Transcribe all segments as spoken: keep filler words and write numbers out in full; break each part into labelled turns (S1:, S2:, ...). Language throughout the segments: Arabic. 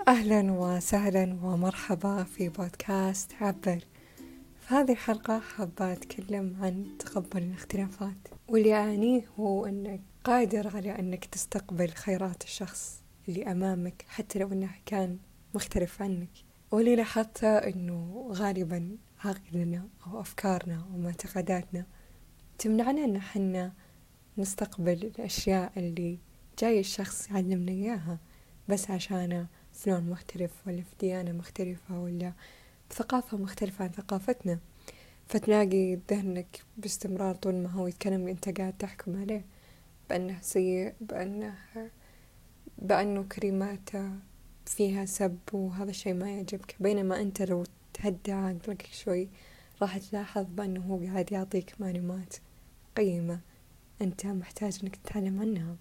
S1: أهلا وسهلا ومرحبا في بودكاست عبر. في هذه الحلقة حابة أتكلم عن تقبل الاختلافات، واللي أعنيه هو أنك قادر على أنك تستقبل خيرات الشخص اللي أمامك حتى لو أنه كان مختلف عنك. واللي لاحظته أنه غالبا عقلنا أو أفكارنا ومعتقداتنا تمنعنا أن حنا نستقبل الأشياء اللي جاي الشخص يعلمنا إياها بس عشانه في لون مختلف ولا في ديانة مختلفة ولا بثقافة مختلفة عن ثقافتنا. فتلاقي ذهنك باستمرار طول ما هو يتكلم أنت قاعد تحكم عليه بأنه سيء، بأنه بأنه كلماته فيها سب وهذا الشيء ما يعجبك، بينما أنت لو تهدى عقلك شوي راح تلاحظ بأنه هو قاعد يعطيك معلومات قيمة أنت محتاج أنك تتعلم عنها.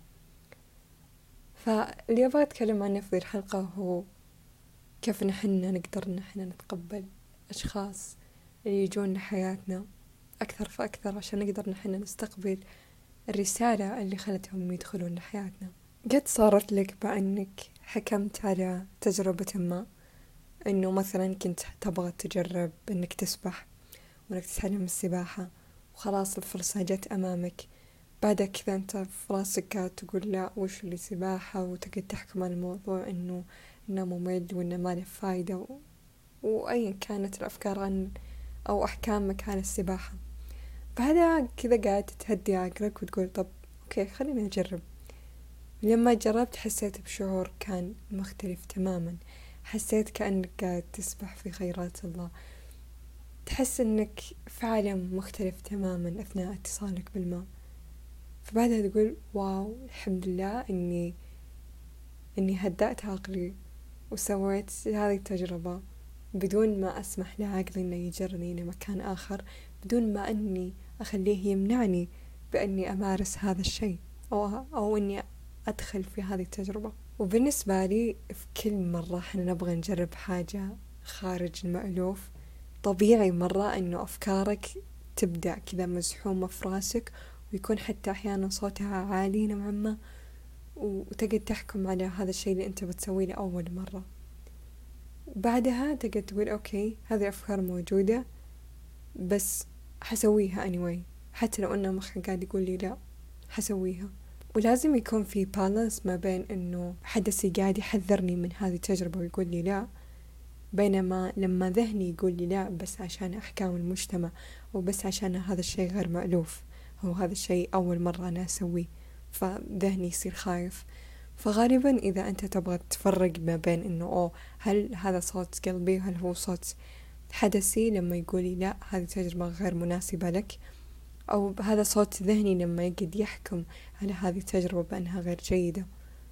S1: فاللي أبغى أتكلم عنه في الحلقة هو كيف نحن نقدر نحن نتقبل أشخاص اللي يجون لحياتنا أكثر فأكثر عشان نقدر نحن نستقبل الرسالة اللي خلتهم يدخلون لحياتنا. قد صارت لك بأنك حكمت على تجربة ما، أنه مثلا كنت تبغى تجرب أنك تسبح وأنك تتعلم السباحة وخلاص الفرصة جت أمامك، بعد كذا أنت في راسك قاعد تقول لا وش اللي سباحة، وتقعد تحكم على الموضوع إنه إنه ممل وإنه ما له فايدة و... وأيا كانت الأفكار عن أو أحكامك عن السباحة. بعدها كذا قاعد تهدي عقلك وتقول طب أوكي خليني أجرب. لما جربت حسيت بشعور كان مختلف تماما، حسيت كأنك قاعد تسبح في خيرات الله، تحس إنك في عالم مختلف تماما أثناء اتصالك بالماء. فبعدها تقول واو الحمد لله إني إني هدأت عقلي وسويت هذه التجربة بدون ما أسمح لعقلي إنه يجرني لمكان آخر، بدون ما أني أخليه يمنعني بأني أمارس هذا الشيء أو أو إني أدخل في هذه التجربة. وبالنسبة لي في كل مرة إحنا نبغى نجرب حاجة خارج المألوف، طبيعي مرة إنه أفكارك تبدأ كذا مزحومة في راسك، ويكون حتى أحيانا صوتها عالي نوعا ما، وتقعد تحكم على هذا الشيء اللي أنت بتسويه لأول مرة. بعدها تقعد تقول أوكي هذه أفكار موجودة بس حسويها anyway، حتى لو أنه مخي قاعد يقول لي لا حسويها. ولازم يكون في بالانس ما بين أنه حدثي قاعد يحذرني من هذه التجربة ويقول لي لا، بينما لما ذهني يقول لي لا بس عشان أحكام المجتمع وبس عشان هذا الشيء غير مألوف أو هذا الشيء أول مرة أنا أسويه، فذهني يصير خايف. فغالبا إذا أنت تبغى تفرق ما بين إنه أوه هل هذا صوت قلبي هل هو صوت حدثي لما يقولي لا هذه تجربة غير مناسبة لك، أو هذا صوت ذهني لما يقعد يحكم على هذه التجربة بأنها غير جيدة.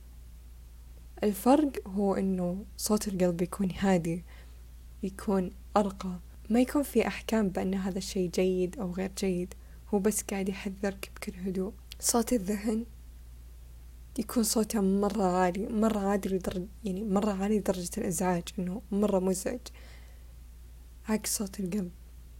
S1: الفرق هو إنه صوت القلب يكون هادي، يكون أرقى، ما يكون في أحكام بأن هذا الشيء جيد أو غير جيد، هو بس قاعد يحذرك بكل هدوء. صوت الذهن يكون صوته مرة عالي، مرة عالي لدرجة يعني مرة عالي لدرجة الإزعاج، إنه مرة مزعج عكس صوت القلب.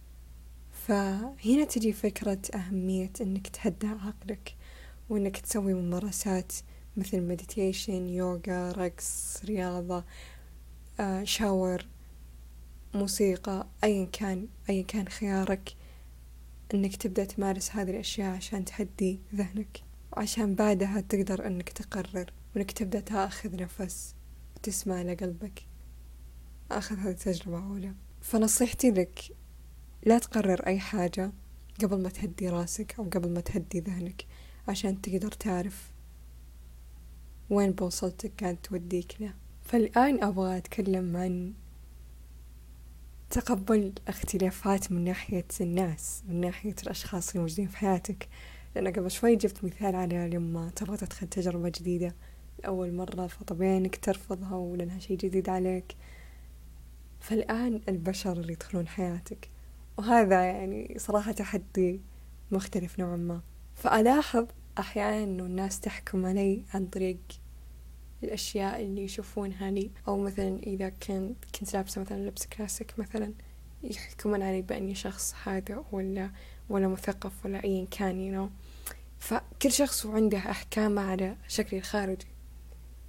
S1: فهنا تجي فكرة أهمية إنك تهدأ عقلك وإنك تسوي ممارسات مثل مديتيشن، يوغا، رقص، رياضة، آه، شاور، موسيقى، أيا كان أيا كان خيارك، إنك تبدأ تمارس هذه الأشياء عشان تهدي ذهنك، وعشان بعدها تقدر إنك تقرر وإنك تبدأ تأخذ نفس وتسمع لقلبك. أخذ هذه التجربة أولى. فنصيحتي لك لا تقرر أي حاجة قبل ما تهدي راسك أو قبل ما تهدي ذهنك، عشان تقدر تعرف وين بوصلتك قاعد توديك له. فالآن أبغى أتكلم عن تقبل اختلافات من ناحية الناس، من ناحية الأشخاص الموجودين في حياتك، لأن قبل شوي جبت مثال على لما تبغى تدخل تجربة جديدة لأول مرة فطبيعي إنك ترفضها ولأنها شيء جديد عليك. فالآن البشر اللي يدخلون حياتك، وهذا يعني صراحة تحدي مختلف نوعا ما. فألاحظ أحيانا إنه الناس تحكم علي عن طريق الأشياء اللي يشوفونها لي، أو مثلا إذا كنت كنت لابسة مثلا لبس كلاسيك مثلا يحكمون علي بأني شخص هادئ ولا ولا مثقف ولا أي كان you know. فكل شخص عنده أحكامه على شكلي الخارجي.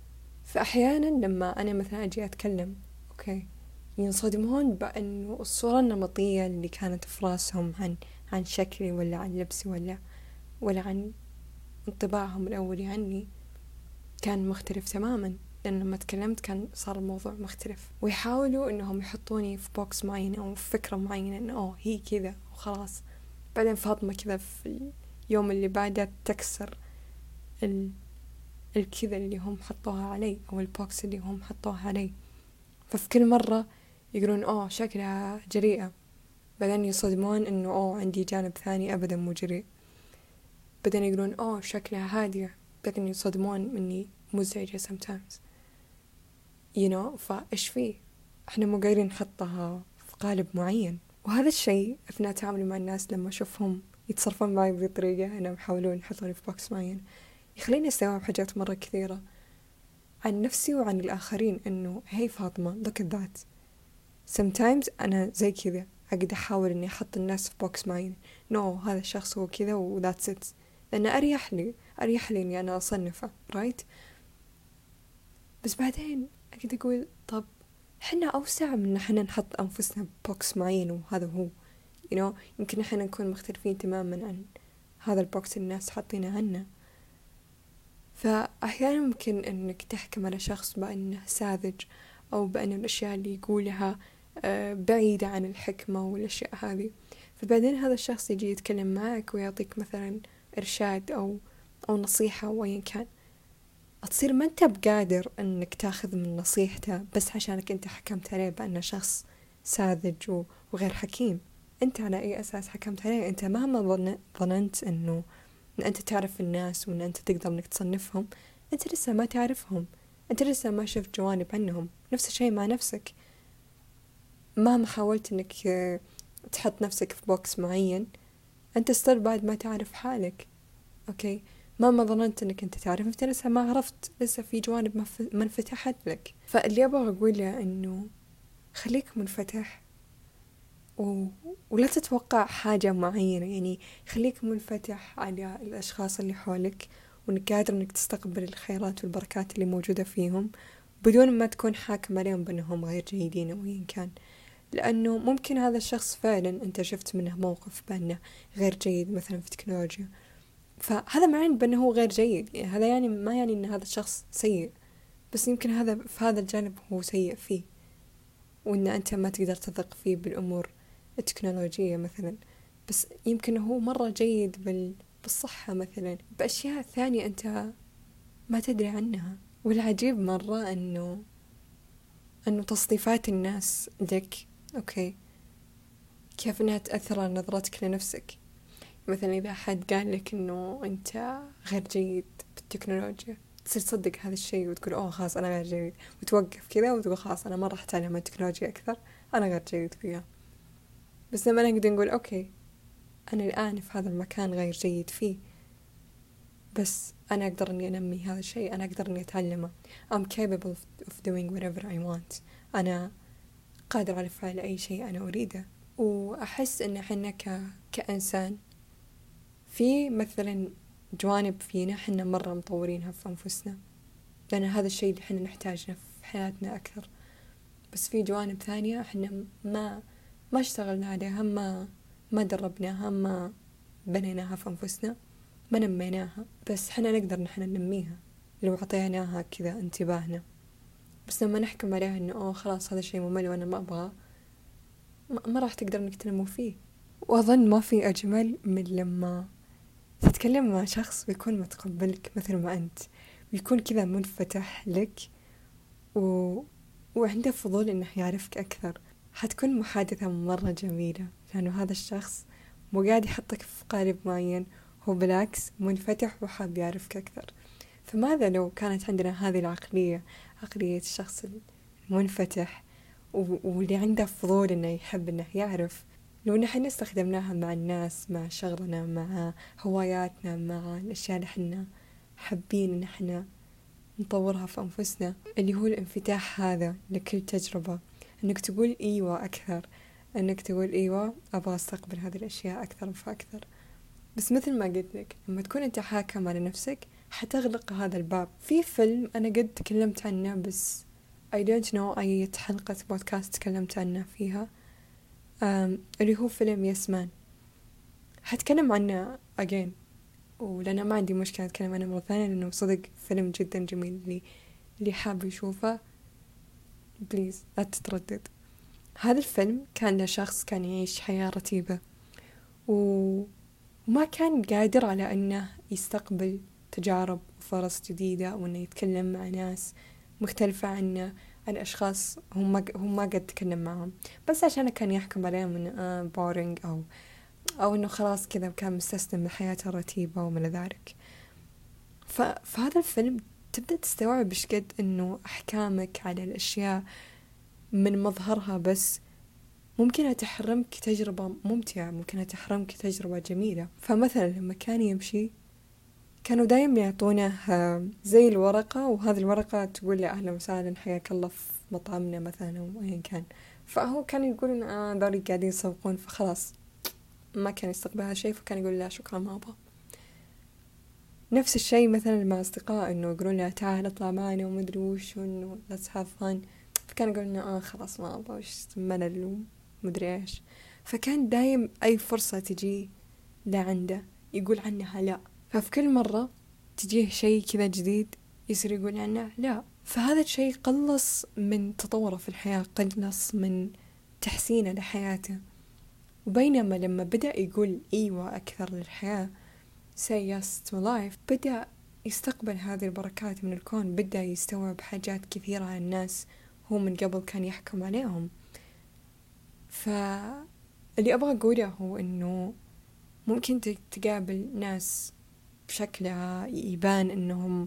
S1: فأحيانا لما أنا مثلا أجي أتكلم أوكي ينصدمون بأنه الصورة النمطية اللي كانت في راسهم عن عن شكلي ولا عن لبسي ولا ولا عن انطباعهم الأولي عني كان مختلف تماما، لأن لما تكلمت كان صار الموضوع مختلف، ويحاولوا إنهم يحطوني في بوكس معين أو في فكرة معينة إنه أوه هي كذا وخلاص. بعدين فاطمة كذا في اليوم اللي بعده تكسر ال... الكذا اللي هم حطوها علي أو البوكس اللي هم حطوها علي. ففي كل مرة يقولون أوه شكلها جريئة، بعدين يصدمون إنه أوه عندي جانب ثاني أبدا مو جريء. بعدين يقولون أوه شكلها هادية، بعدين يصدمون مني مزعجة sometimes you know. فإيش فيه؟ إحنا مو قادرين نحطها في قالب معين. وهذا الشيء أثناء تعاملي مع الناس لما أشوفهم يتصرفون معي بطريقة أنا يحاولون يحطوني في بوكس معين، يخليني أستوعب حاجات مرة كثيرة عن نفسي وعن الآخرين. إنه هي فاطمة look at that sometimes أنا زي كذا أقعد أحاول إني أحط الناس في بوكس معين no هذا الشخص هو كذا و that's it، لأن أريح لي أريح لي إني أنا أصنفه right. بس بعدين أقعد أقول طب حنا أوسع من حنا نحط أنفسنا ببوكس معين وهذا هو you know. يمكن حنا نكون مختلفين تماما عن هذا البوكس الناس حاطينه عنا. فأحيانا ممكن أنك تحكم على شخص بأنه ساذج أو بأن الأشياء اللي يقولها بعيدة عن الحكمة والأشياء هذه، فبعدين هذا الشخص يجي يتكلم معك ويعطيك مثلا إرشاد أو أو نصيحة أو أيا كان، تصير ما أنت بقادر أنك تاخذ من نصيحته بس عشانك أنت حكمت عليه بأنه شخص ساذج وغير حكيم. أنت على أي أساس حكمت عليه؟ أنت مهما ظننت أنه أن أنت تعرف الناس وأن أنت تقدر أنك تصنفهم، أنت لسه ما تعرفهم، أنت لسه ما شفت جوانب عنهم. نفس الشيء مع نفسك، مهما حاولت أنك تحط نفسك في بوكس معين أنت ستيل بعد ما تعرف حالك أوكي. مهما ظننت أنك أنت تعرف أنت لسه ما عرفت، لسه في جوانب ما انفتحت لك. فاللي أبغى أقوله أنه خليك منفتح و... ولا تتوقع حاجة معينة، يعني خليك منفتح على الأشخاص اللي حولك وإنك قادر إنك تستقبل الخيرات والبركات اللي موجودة فيهم بدون ما تكون حاكم عليهم بأنهم غير جيدين أو أيا كان. لأنه ممكن هذا الشخص فعلا أنت شفت منه موقف بأنه غير جيد مثلا في التكنولوجيا، فهذا معنى بأنه هو غير جيد، يعني هذا يعني ما يعني أن هذا الشخص سيء، بس يمكن هذا في هذا الجانب هو سيء فيه وإن أنت ما تقدر تثق فيه بالأمور التكنولوجية مثلا، بس يمكن هو مرة جيد بال... بالصحة مثلا، بأشياء ثانية أنت ما تدري عنها. والعجيب مرة أنه أنه تصنيفات الناس لك أوكي كيف أنها تأثر على نظرتك لنفسك. مثلا إذا أحد قال لك أنه أنت غير جيد بالتكنولوجيا تصير تصدق هذا الشيء وتقول أوه خلاص أنا غير جيد، وتوقف كذا وتقول خلاص أنا ما راح أتعلم التكنولوجيا أكثر، أنا غير جيد فيها. بس لما نقدر نقول أوكي أنا الآن في هذا المكان غير جيد فيه، بس أنا أقدر أني أنمي هذا الشيء، أنا أقدر أني أتعلمه. I'm capable of doing whatever I want. أنا قادر على فعل أي شيء أنا أريده. وأحس أن حنا ك... كإنسان في مثلا جوانب فينا حنا مرة مطورينها في أنفسنا، لأن هذا الشيء اللي حنا نحتاجه في حياتنا أكثر. بس في جوانب ثانية حنا ما ما اشتغلنا عليها، ما ما دربناها، ما بنيناها في أنفسنا، ما نميناها، بس حنا نقدر نحن ننميها لو عطيناها كذا انتباهنا. بس لما نحكم عليها إنه أوه خلاص هذا الشيء ممل وأنا ما أبغى، ما, ما راح تقدر إنك تنمو فيه. وأظن ما في أجمل من لما تتكلم مع شخص ويكون متقبلك مثل ما أنت، ويكون كذا منفتح لك و... وعنده فضول إنه يعرفك أكثر. حتكون محادثة مرة جميلة، لأنه هذا الشخص مو قاعد يحطك في قالب معين، هو بالعكس منفتح وحاب يعرفك أكثر. فماذا لو كانت عندنا هذه العقلية، عقلية الشخص المنفتح واللي عنده فضول إنه يحب إنه يعرف، لو نحن استخدمناها مع الناس، مع شغلنا، مع هواياتنا، مع الأشياء اللي حنا حابين إن احنا نطورها في أنفسنا، اللي هو الانفتاح هذا لكل تجربة، إنك تقول إيوة أكثر، إنك تقول إيوة أبغى أستقبل هذه الأشياء أكثر فأكثر. بس مثل ما قلت لك لما تكون أنت حاكم على نفسك حتغلق هذا الباب. في فيلم أنا قد تكلمت عنه بس I don't know أي حلقة بودكاست تكلمت عنه فيها، اللي هو فيلم يسمان. حتكلم عنه again، ولأنا ما عندي مشكلة أتكلم عنه مرة ثانية لأنه صدق فيلم جدا جميل. اللي اللي حاب يشوفه بليز لا تتردد. هذا الفيلم كان لشخص كان يعيش حياة رتيبة وما كان قادر على أنه يستقبل تجارب وفرص جديدة، وأنه يتكلم مع ناس مختلفة عنه، عن أشخاص هم ما هم ما قد تكلم معهم، بس عشان كان يحكم عليهم إنه آه بورينج أو أو إنه خلاص كذا كان مستسلم لحياته الرتيبة ومن ذلك. فهذا الفيلم تبدأ تستوعب إيش قد إنه أحكامك على الأشياء من مظهرها بس ممكن تحرمك تجربة ممتعة، ممكن تحرمك تجربة جميلة. فمثلا لما كان يمشي كانوا دايم يعطونه زي الورقة، وهذه الورقة تقول له أهلا وسهلا حياك الله في مطعمنا مثلا أو أيا كان. فهو كان يقول إن آه ذولي قاعدين يسوقون، فخلاص ما كان يستقبل هذا الشيء، فكان يقول لا شكرا ما أبغى. نفس الشيء مثلا مع أصدقاء إنه يقولون له تعال اطلع معنا ومدري وش وإنه let's have fun، فكان يقول لنا آه خلاص ما أبغى وش ملل ومدري إيش. فكان دايم أي فرصة تجي لعنده يقول عنها لا. ففي كل مرة تجيه شيء كذا جديد يصير يقول عنه لا. فهذا الشيء قلص من تطوره في الحياة، قلص من تحسينه لحياته. وبينما لما بدأ يقول إيوة أكثر للحياة say yes to life، بدأ يستقبل هذه البركات من الكون، بدأ يستوعب حاجات كثيرة عن الناس هو من قبل كان يحكم عليهم. فاللي أبغى أقوله هو إنه ممكن تقابل ناس بشكلها يبان إنهم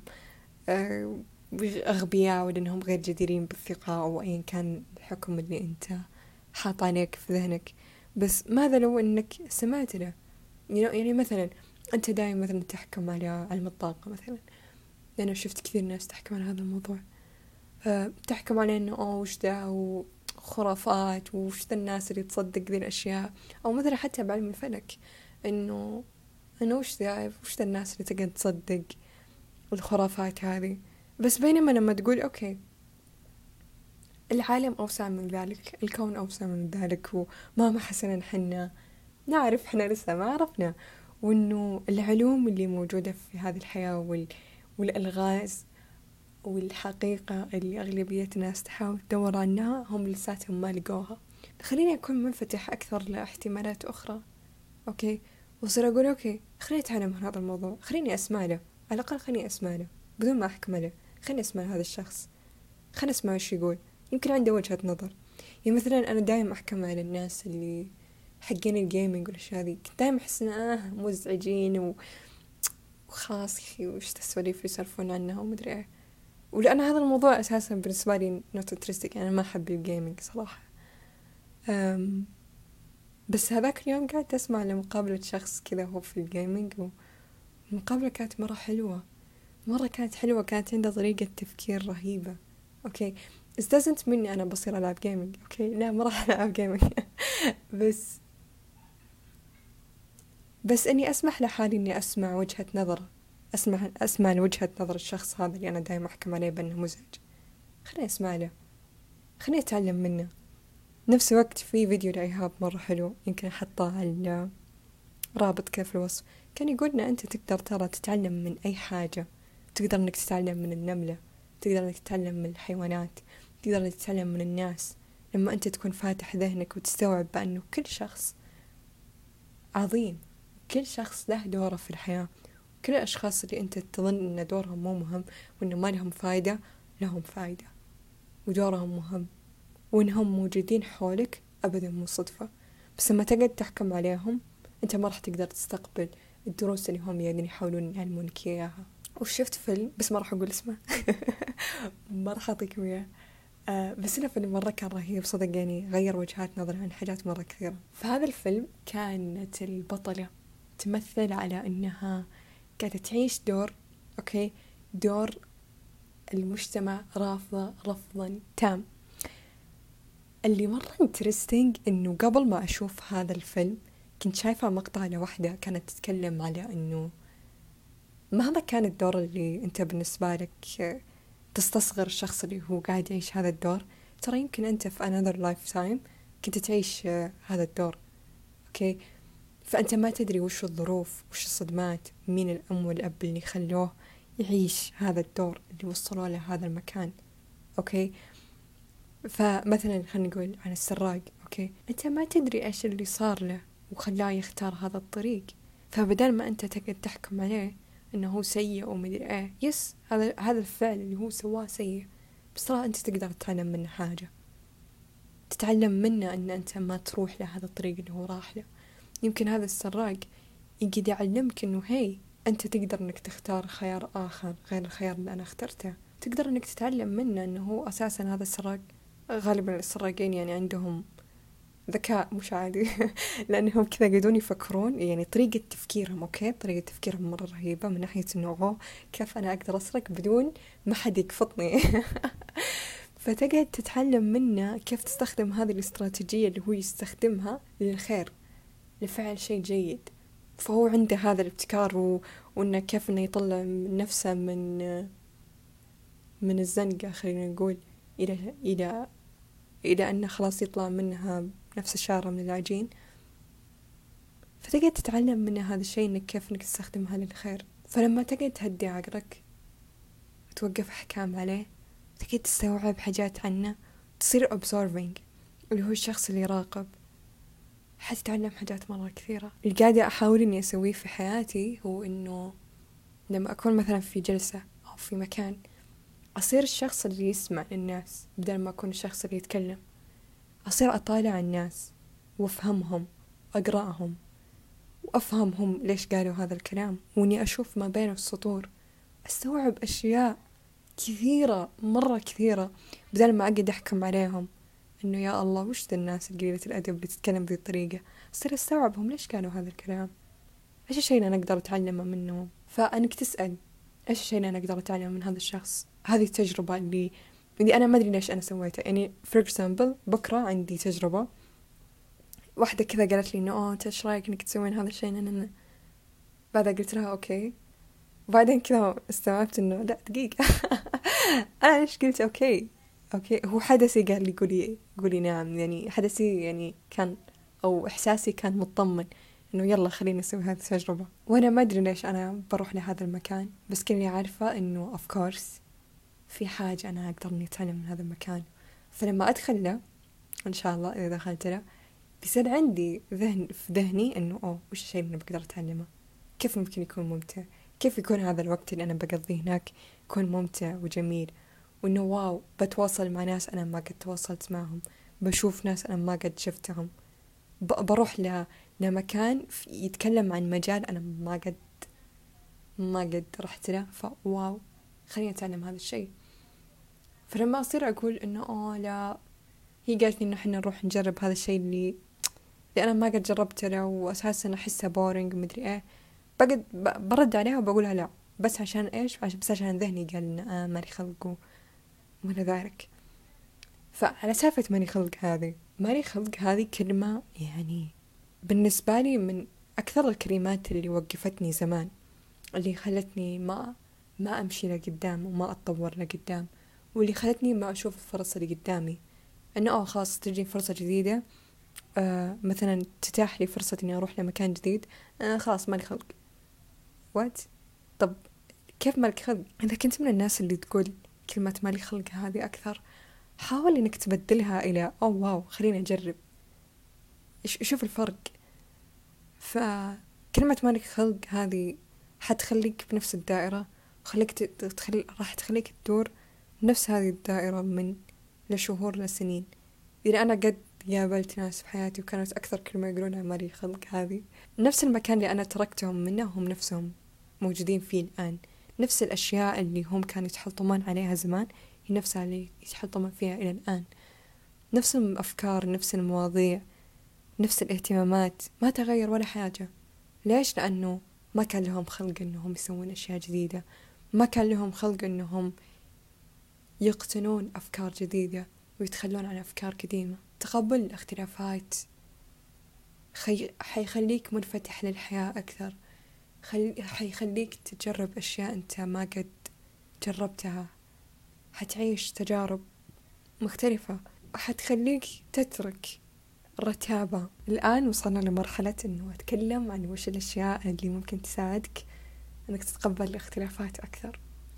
S1: أغبياء ولأنهم غير جديرين بالثقة أو أيا كان الحكم اللي أنت حاط عليك في ذهنك، بس ماذا لو أنك سمعت له؟ يعني مثلا أنت دائما مثلا تحكم على علم الطاقة مثلا، لأن شفت كثير ناس تحكم على هذا الموضوع، تحكم على إنه أوه وش ده وخرافات وش ذا الناس اللي تصدق ذي الأشياء، أو مثلا حتى بعلم الفلك إنه إنه وش ذا وش ذا الناس اللي تقعد تصدق الخرافات هذه. بس بينما لما تقول أوكي العالم أوسع من ذلك، الكون أوسع من ذلك، وما ما حسنا حنا نعرف حنا لسه ما عرفنا، وإنه العلوم اللي موجودة في هذه الحياة وال... والألغاز والحقيقة اللي أغلبية الناس تحاول تدور عنها هم لساتهم ما لقوها. خليني أكون منفتح أكثر لاحتمالات أخرى. أوكي، وصير أقول أوكي خليني أتعلم عن هذا الموضوع، خليني أسمع له، على الأقل خليني أسمع له بدون ما أحكم له، خليني أسمع هذا الشخص، خليني أسمع وش يقول، يمكن عنده وجهة نظر. يعني مثلا أنا دائما أحكم على الناس اللي حقين الجيمينج والأشياء هذه، كنت دائما أحس إن آه مزعجين و... وخلاص يخي وش تسوليف اللي يسولفون عنها ومدري إيه، ولأن هذا الموضوع أساسا بالنسبة لي not interesting، أنا ما أحب الجيمينج صراحة. أم بس هذاك اليوم قاعدة أسمع لمقابلة شخص كذا هو في الجيمينج، والمقابلة كانت مرة حلوة، مرة كانت حلوة، كانت عنده طريقة تفكير رهيبة. أوكي it doesn't mean أنا بصير ألعب جيمينج، أوكي لا ما راح ألعب جيمينج بس بس إني أسمح لحالي إني أسمع وجهة نظره، أسمع أسمع لوجهة نظر الشخص هذا اللي أنا دائما أحكم عليه بأنه مزعج، خليني أسمع له، خليني أتعلم منه. نفس الوقت في فيديو لإيهاب مرة حلو يمكن أحطه على رابط كيف في الوصف، كان يقولنا أنت تقدر ترى تتعلم من أي حاجة، تقدر إنك تتعلم من النملة، تقدر إنك تتعلم من الحيوانات، تقدر إنك تتعلم من الناس، لما أنت تكون فاتح ذهنك وتستوعب بأنه كل شخص عظيم، كل شخص له دوره في الحياة، كل الأشخاص اللي أنت تظن أن دورهم مو مهم وأنه ما لهم فايدة لهم فايدة ودورهم مهم، وأنهم موجودين حولك أبدا مو صدفة. بس لما تقعد تحكم عليهم أنت ما راح تقدر تستقبل الدروس اللي هم يعني يحاولون يعلمونك إياها. وشفت فيلم بس ما راح أقول اسمه ما راح أعطيكم إياه، آه بس إنه فيلم مرة كان رهيب صدق، يعني غير وجهات نظري عن حاجات مرة كثيرة. في هذا الفيلم كانت البطلة تمثل على أنها قاعدة تعيش دور أوكي دور المجتمع رافضة رفضا تام. اللي مرة انترستينج إنه قبل ما أشوف هذا الفيلم كنت شايفة مقطع لوحدة كانت تتكلم على إنه مهما كان الدور اللي أنت بالنسبة لك تستصغر الشخص اللي هو قاعد يعيش هذا الدور، ترى يمكن أنت في another lifetime كنت تعيش هذا الدور. أوكي، فأنت ما تدري وش الظروف وش الصدمات، مين الأم والأب اللي خلوه يعيش هذا الدور اللي وصلوا له هذا المكان. أوكي، فمثلا خلينا نقول عن السراق. أوكي، أنت ما تدري إيش اللي صار له وخلاه يختار هذا الطريق، فبدل ما أنت تقعد تحكم عليه إنه هو سيء ومدري إيه، يس هذا هذا الفعل اللي هو سواه سيء، بس ترى أنت تقدر تتعلم منه حاجة، تتعلم منه إن أنت ما تروح لهذا الطريق اللي هو راح له. يمكن هذا السراق يقدر يعلمك إنه هي أنت تقدر إنك تختار خيار آخر غير الخيار اللي أنا اخترته، تقدر إنك تتعلم منه إنه هو أساسا هذا السراق، غالبا السراقين يعني عندهم ذكاء مش عادي لأنهم كذا قاعدون يفكرون، يعني طريقة تفكيرهم أوكي طريقة تفكيرهم مرة رهيبة من ناحية إنه أوه كيف أنا أقدر أسرق بدون ما حد يقفطني فتقعد تتعلم منه كيف تستخدم هذه الاستراتيجية اللي هو يستخدمها للخير، لفعل شيء جيد. فهو عنده هذا الابتكار و... وإنه كيف إنه يطلع نفسه من من الزنقة خلينا نقول إلى إلى إلى أنه خلاص يطلع منها نفس الشارة من العجين. فتقعد تتعلم منه هذا الشيء إنك كيف إنك تستخدمها للخير. فلما تقعد تهدي عقلك وتوقف أحكام عليه، تقعد تستوعب حاجات عنه، تصير observing اللي هو الشخص اللي يراقب، حتتعلم حاجات مرة كثيرة. اللي قاعدة أحاول إني أسويه في حياتي هو إنه لما أكون مثلا في جلسة أو في مكان، أصير الشخص اللي يسمع للناس بدل ما أكون الشخص اللي يتكلم. أصير أطالع الناس وأفهمهم، أقرأهم وأفهمهم ليش قالوا هذا الكلام، وإني أشوف ما بين السطور، أستوعب أشياء كثيرة مرة كثيرة بدل ما أقعد أحكم عليهم إنه يا الله وش ذا الناس القليلة الأدب اللي تتكلم بهذه الطريقة. أصير أستوعبهم ليش قالوا هذا الكلام، إيش الشيء اللي أنا أقدر أتعلمه منهم. فأنك تسأل إيش الشيء اللي أنا أقدر أتعلمه من هذا الشخص. هذه التجربة اللي اللي أنا ما أدري ليش أنا سويتها. يعني for example بكرة عندي تجربة، واحدة كذا قالت لي إنه أوه أنت إيش رأيك إنك تسوين هذا الشيء. أنا بعدها قلت لها أوكي، وبعدين كذا استوعبت إنه لا دقيقة أنا إيش قلت أوكي أوكي هو حدثي قال لي قولي قولي نعم، يعني حدثي يعني كان أو إحساسي كان مطمن إنه يلا خلينا نسوي هذه التجربة. وأنا ما أدري ليش أنا بروح لهذا المكان، بس كني عارفة إنه of course في حاجة أنا أقدر إني أتعلم من هذا المكان. فلما أدخل له إن شاء الله إذا دخلت له بيصير عندي ذهن في ذهني إنه أوه وش الشيء اللي بقدر أتعلمه، كيف ممكن يكون ممتع، كيف يكون هذا الوقت اللي أنا بقضيه هناك يكون ممتع وجميل، وإنه واو بتواصل مع ناس أنا ما قد تواصلت معهم، بشوف ناس أنا ما قد شفتهم، بروح ل... لمكان يتكلم عن مجال أنا ما قد ما قد رحت له، فواو خليني أتعلم هذا الشيء. فلما أصير أقول إنه أوه لا هي قالت لي إنه إحنا نروح نجرب هذا الشيء اللي اللي أنا ما قد جربته له وأساسا أحسه بورينج مدري إيه، بقد برد عليها وبقولها لا بس عشان إيش، بس عشان ذهني قال إن آه ماني خلق ومن ذلك. فعلى سالفة ماني خلق هذه ماني خلق هذه كلمة يعني بالنسبة لي من أكثر الكلمات اللي وقفتني زمان، اللي خلتني ما ما أمشي لقدام وما أتطور لقدام، واللي خلتني ما أشوف الفرص اللي قدامي. إنه أوه خلاص تجي فرصة جديدة، آه مثلا تتاح لي فرصة إني أروح لمكان جديد، آه خلاص مالي خلق. وات طب كيف مالك خلق؟ إذا كنت من الناس اللي تقول كلمة مالي خلق هذه أكثر، حاول إنك تبدلها إلى أوه واو خليني أجرب، شوف الفرق. فكلمة مالك خلق هذه حتخليك بنفس الدائرة، وخليك تخلي راح تخليك تدور نفس هذه الدائرة من لشهور لسنين. إذا أنا قد قابلت ناس في حياتي وكانت أكثر كلمة يقولونها مالي خلق هذه، نفس المكان اللي أنا تركتهم منه هم نفسهم موجودين فيه الآن، نفس الأشياء اللي هم كانوا يتحلطمون عليها زمان هي نفسها اللي يتحلطمون فيها إلى الآن، نفس الأفكار نفس المواضيع نفس الاهتمامات، ما تغير ولا حاجة. ليش؟ لأنه ما كان لهم خلق أنهم يسوون أشياء جديدة، ما كان لهم خلق أنهم يقتنون أفكار جديدة ويتخلون عن أفكار قديمة. تقبل الاختلافات خي... حيخليك منفتح للحياة أكثر، خلي حيخليك تجرب أشياء أنت ما قد جربتها، حتعيش تجارب مختلفة، وحتخليك تترك الرتابة. الآن وصلنا لمرحلة أنه أتكلم عن وش الأشياء اللي ممكن تساعدك أنك تتقبل الاختلافات أكثر.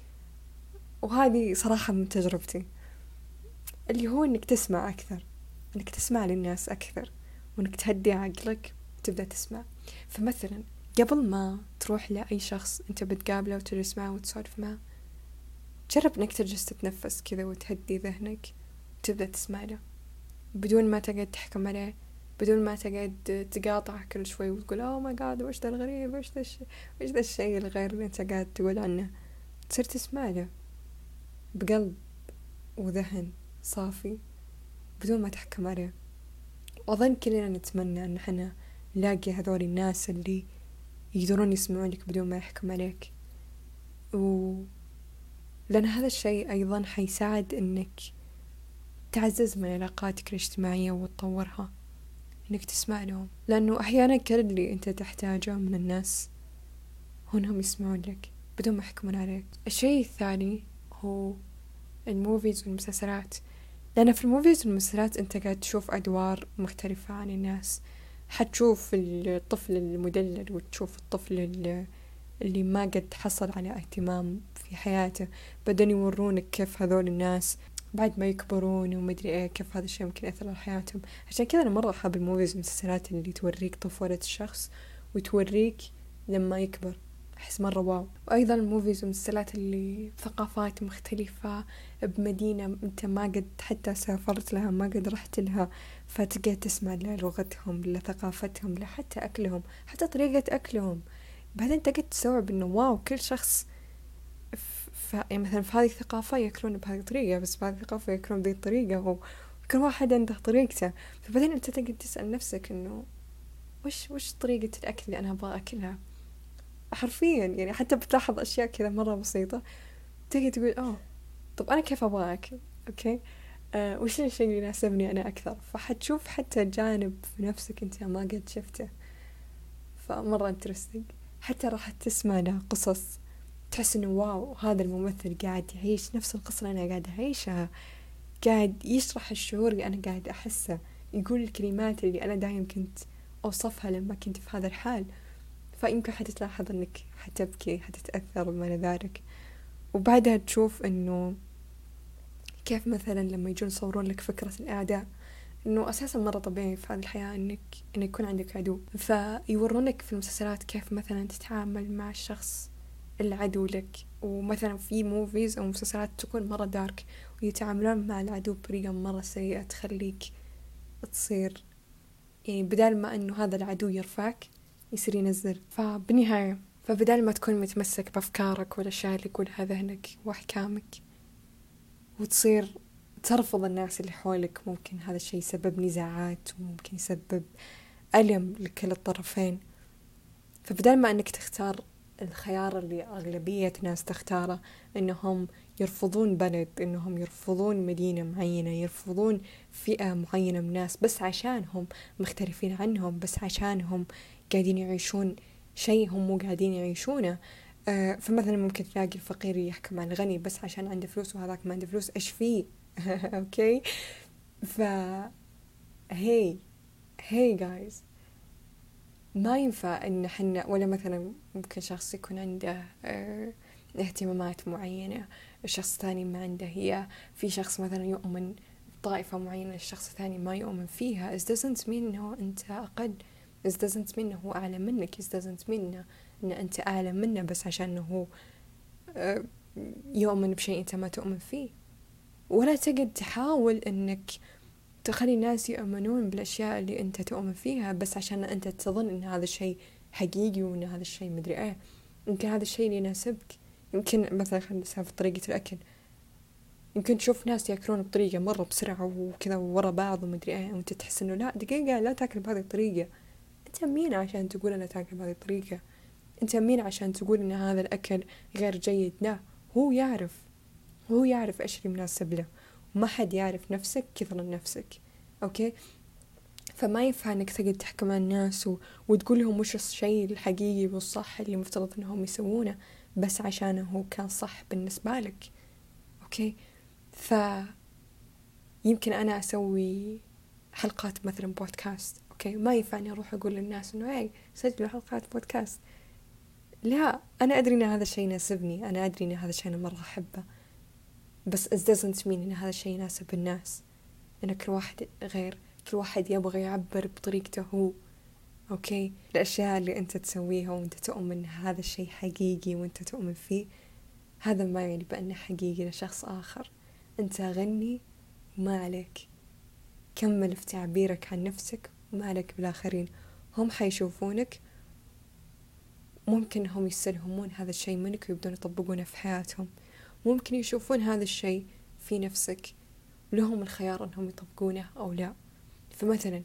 S1: وهذه صراحة من تجربتي، اللي هو أنك تسمع أكثر، أنك تسمع للناس أكثر، وأنك تهدي عقلك وتبدأ تسمع. فمثلا قبل ما تروح لأي شخص أنت بتقابله وتجلس معه وتسولف معه، جرب أنك تجلس تتنفس كذا وتهدي ذهنك وتبدأ تسمع له بدون ما تقعد تحكم عليه، بدون ما تقعد تقاطع كل شوي وتقول أوه ماي جاد وش ذا الغريب، وش ذا الشيء وش ذا الشيء الغير اللي أنت قاعد تقول عنه. تصير تسمع له بقلب وذهن صافي بدون ما تحكم عليه. وأظن كلنا نتمنى أن احنا نلاقي هذول الناس اللي يقدرون يسمعون لك بدون ما يحكم عليك، و لأن هذا الشيء أيضا حيساعد أنك تعزز من علاقاتك الاجتماعية وتطورها، أنك تسمع لهم. لأنه أحيانا كل اللي أنت تحتاجه من الناس هو أنهم يسمعون لك بدون ما يحكمون عليك. الشيء الثاني هو الموفيز والمسلسلات، لأن في الموفيز والمسلسلات أنت قاعد تشوف أدوار مختلفة عن الناس. حتشوف الطفل المدلل وتشوف الطفل اللي ما قد حصل على اهتمام في حياته، بدون يورونك كيف هذول الناس بعد ما يكبرون ومدري ايه كيف هذا الشيء ممكن يأثر على حياتهم. عشان كذا أنا مرة أحب الموفيز والمسلسلات اللي توريك طفولة الشخص وتوريك لما يكبر، أحس مرة واو. وأيضا الموفيز والمسلسلات اللي ثقافات مختلفة بمدينة أنت ما قد حتى سافرت لها، ما قد رحت لها، فتقعد تسمع للغتهم لثقافتهم لحتى أكلهم، حتى طريقة أكلهم. بعدين تقعد تستوعب إنه واو كل شخص ف... يعني مثلا في هذه الثقافة يأكلون بهذه الطريقة، بس في هذه الثقافة يأكلون بهذه الطريقة، وكل واحد عنده طريقته. فبعدين أنت تقعد تسأل نفسك إنه وش وش طريقة الأكل اللي أنا أبغى أكلها حرفيا. يعني حتى بتلاحظ أشياء كذا مرة بسيطة تقعد تقول أوه طب أنا كيف أبغى أكل، أوكي آه وش الشيء اللي يناسبني أنا أكثر. فحتشوف حتى جانب في نفسك أنت ما قد شفته، فمرة انترستينج. حتى راح تسمع له قصص تحس إنه واو هذا الممثل قاعد يعيش نفس القصة اللي أنا قاعد أعيشها، قاعد يشرح الشعور اللي أنا قاعد أحسه، يقول الكلمات اللي أنا دايم كنت أوصفها لما كنت في هذا الحال. فيمكن حتتلاحظ إنك حتبكي، حتتأثر وما إلى ذلك. وبعدها تشوف إنه كيف مثلا لما يجون يصورون لك فكرة الأعداء، إنه أساسا مرة طبيعي في هذه الحياة إنك إن يكون عندك عدو، فيورونك في المسلسلات كيف مثلا تتعامل مع الشخص العدو لك. ومثلا في موفيز أو مسلسلات تكون مرة دارك ويتعاملون مع العدو بطريقة مرة سيئة تخليك تصير يعني بدال ما أنه هذا العدو يرفعك يصير ينزل. فبالنهاية فبدال ما تكون متمسك بأفكارك والأشياء اللي يقولها ذهنك وأحكامك وتصير ترفض الناس اللي حولك، ممكن هذا الشيء يسبب نزاعات وممكن يسبب ألم لكل الطرفين. فبدال ما أنك تختار الخيار اللي أغلبية ناس تختاره، إنهم يرفضون بلد، إنهم يرفضون مدينة معينة، يرفضون فئة معينة من الناس بس عشانهم مختلفين عنهم، بس عشانهم قاعدين يعيشون شيء هم مو قاعدين يعيشونه. آه فمثلا ممكن تلاقي الفقير يحكم عن الغني بس عشان عنده فلوس وهذاك ما عنده فلوس، إيش فيه؟ أوكي. ف هي هي جايز ما ينفع إن حنا، ولا مثلا ممكن شخص يكون عنده اه اهتمامات معينة الشخص الثاني ما عنده هي، في شخص مثلا يؤمن بطائفة معينة الشخص الثاني ما يؤمن فيها. it doesn't mean إنه أنت أقل، it doesn't mean إنه هو أعلى منك، it doesn't mean إنه أنت أعلى منه بس عشان إنه هو اه يؤمن بشيء أنت ما تؤمن فيه. ولا تقعد تحاول إنك تخلي الناس يؤمنون بالأشياء اللي أنت تؤمن فيها بس عشان أنت تظن أن هذا الشيء حقيقي وأن هذا الشيء مدري إيه. يمكن هذا الشيء اللي يناسبك، يمكن مثلا خلينا نسافر طريقة الأكل، يمكن تشوف ناس يأكلون بطريقة مرة بسرعة وكذا ورا بعض ومدري إيه، وأنت تحس إنه لا دقيقة لا تأكل بهذه الطريقة. أنت مين عشان تقول أنا تأكل بهذه الطريقة؟ أنت مين عشان تقول إن هذا الأكل غير جيد؟ لا، هو يعرف، هو يعرف إيش اللي مناسب له، وما حد يعرف نفسك كثر نفسك. أوكي. فما ينفع انك تقعد تحكم على الناس و... وتقول لهم وش الشيء الحقيقي والصح اللي مفترض انهم يسوونه بس عشانه هو كان صح بالنسبة لك. اوكي، ف يمكن انا اسوي حلقات مثلا بودكاست، اوكي، ما ينفع اني اروح اقول للناس انه هاي سجلوا حلقات بودكاست. لا، انا ادري ان هذا الشيء يناسبني، انا ادري ان هذا الشيء انا مرة احبه، بس it doesn't mean ان هذا الشيء يناسب الناس، ان كل واحد غير، كل واحد يبغى يعبر بطريقته هو. اوكي، الاشياء اللي انت تسويها وانت تؤمن ان هذا الشيء حقيقي وانت تؤمن فيه، هذا ما يعني بانه حقيقي لشخص اخر. انت غني وما عليك، كمل في تعبيرك عن نفسك وما عليك بالاخرين. هم حيشوفونك، ممكن هم يستلهمون هذا الشيء منك ويبدون يطبقونه في حياتهم، ممكن يشوفون هذا الشيء في نفسك ولهم الخيار انهم يطبقونه او لا. فمثلا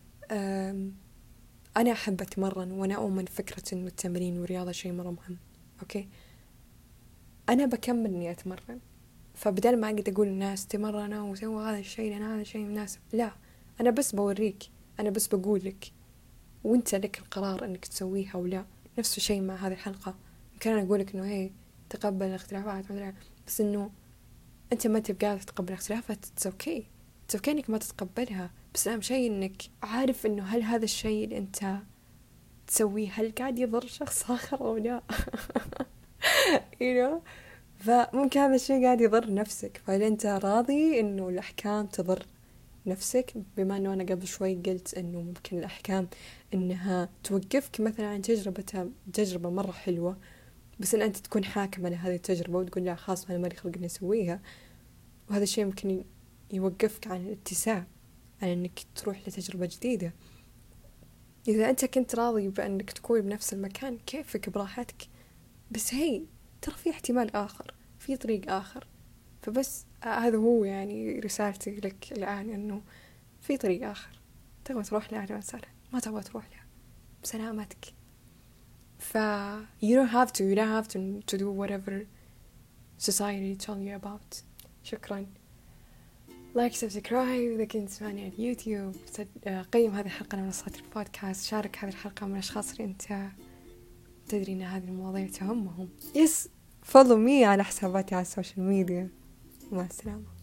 S1: أنا أحب أتمرن وأنا أؤمن فكرة إنه التمرين والرياضة شيء مرة مهم. أوكي، أنا بكمل إني أتمرن، فبدل ما أقعد أقول للناس تمرنوا وسووا هذا الشيء لأن هذا الشيء مناسب، لا، أنا بس بوريك، أنا بس بقولك وأنت لك القرار إنك تسويها أو لا. نفس الشيء مع هذه الحلقة، يمكن أنا أقولك إنه هي تقبل الاختلافات، بس إنه أنت ما تبقى قاعد تتقبل الاختلافات، it's okay it's okay إنك ما تتقبلها، بس أهم شيء إنك عارف إنه هل هذا الشيء اللي أنت تسويه هل قاعد يضر شخص آخر أو لا. you know، فممكن هذا الشيء قاعد يضر نفسك، فهل أنت راضي إنه الأحكام تضر نفسك؟ بما أنه أنا قبل شوي قلت إنه ممكن الأحكام إنها توقفك مثلا عن تجربة تجربة مرة حلوة، بس إن أنت تكون حاكم على هذه التجربة وتقول لا خلاص أنا مالي خلق إني أسويها، وهذا الشيء ممكن يوقفك عن الاتساع، عن إنك تروح لتجربة جديدة. إذا أنت كنت راضي بأنك تكون بنفس المكان كيفك براحتك، بس هي ترى في احتمال آخر، في طريق آخر. فبس هذا هو يعني رسالتي لك الآن، إنه في طريق آخر، تبغى تروح له أهلا وسهلا، ما تبغى تروح له بسلامتك. ف you don't have to you don't have to to do whatever society tell you about. شكرا. لايك سبسكرايب إذا كنت تسمعني على اليوتيوب، قيم هذه الحلقة على منصات البودكاست، شارك هذه الحلقة مع الأشخاص اللي أنت تدري أن هذه المواضيع تهمهم. يس، follow me على حساباتي على السوشيال ميديا. مع السلامة.